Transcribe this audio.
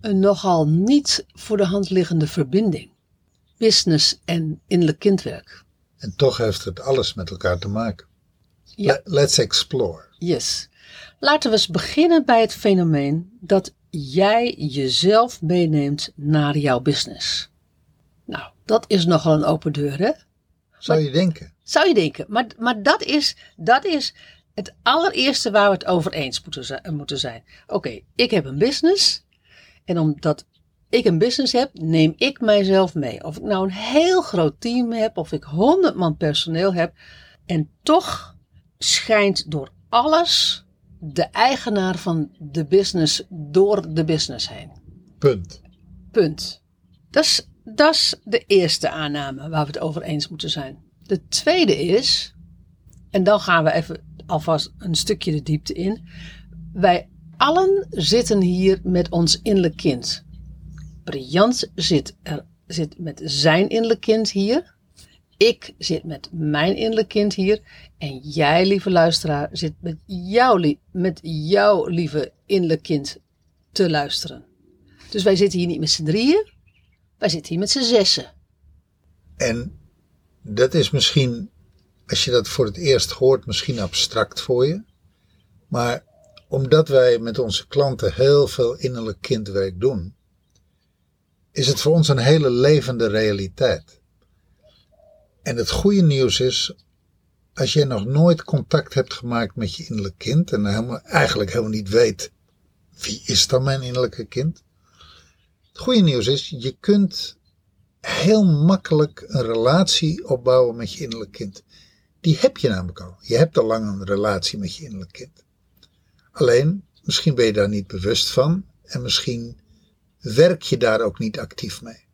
een nogal niet voor de hand liggende verbinding. Business en innerlijk kindwerk. En toch heeft het alles met elkaar te maken. Ja. Let's explore. Yes. Laten we eens beginnen bij het fenomeen dat jij jezelf meeneemt naar jouw business. Nou, dat is nogal een open deur, hè? Zou je denken? Zou je denken. Maar dat is het allereerste waar we het over eens moeten zijn. Oké, ik heb een business. En omdat ik een business heb, neem ik mijzelf mee. Of ik nou een heel groot team heb, of ik 100 man personeel heb. En toch schijnt door alles de eigenaar van de business door de business heen. Punt. Dat is de eerste aanname waar we het over eens moeten zijn. De tweede is, en dan gaan we even alvast een stukje de diepte in. Wij allen zitten hier met ons innerlijk kind. Briant zit met zijn innerlijk kind hier. Ik zit met mijn innerlijk kind hier. En jij, lieve luisteraar, zit met jouw lieve innerlijk kind te luisteren. Dus wij zitten hier niet met z'n drieën. Wij zitten hier met z'n zessen. En dat is misschien, als je dat voor het eerst hoort, misschien abstract voor je. Maar omdat wij met onze klanten heel veel innerlijk kindwerk doen, is het voor ons een hele levende realiteit. En het goede nieuws is, als je nog nooit contact hebt gemaakt met je innerlijk kind en eigenlijk helemaal niet weet, wie is dan mijn innerlijke kind? Het goede nieuws is, je kunt heel makkelijk een relatie opbouwen met je innerlijk kind. Die heb je namelijk al. Je hebt al lang een relatie met je innerlijk kind. Alleen, misschien ben je daar niet bewust van en misschien werk je daar ook niet actief mee.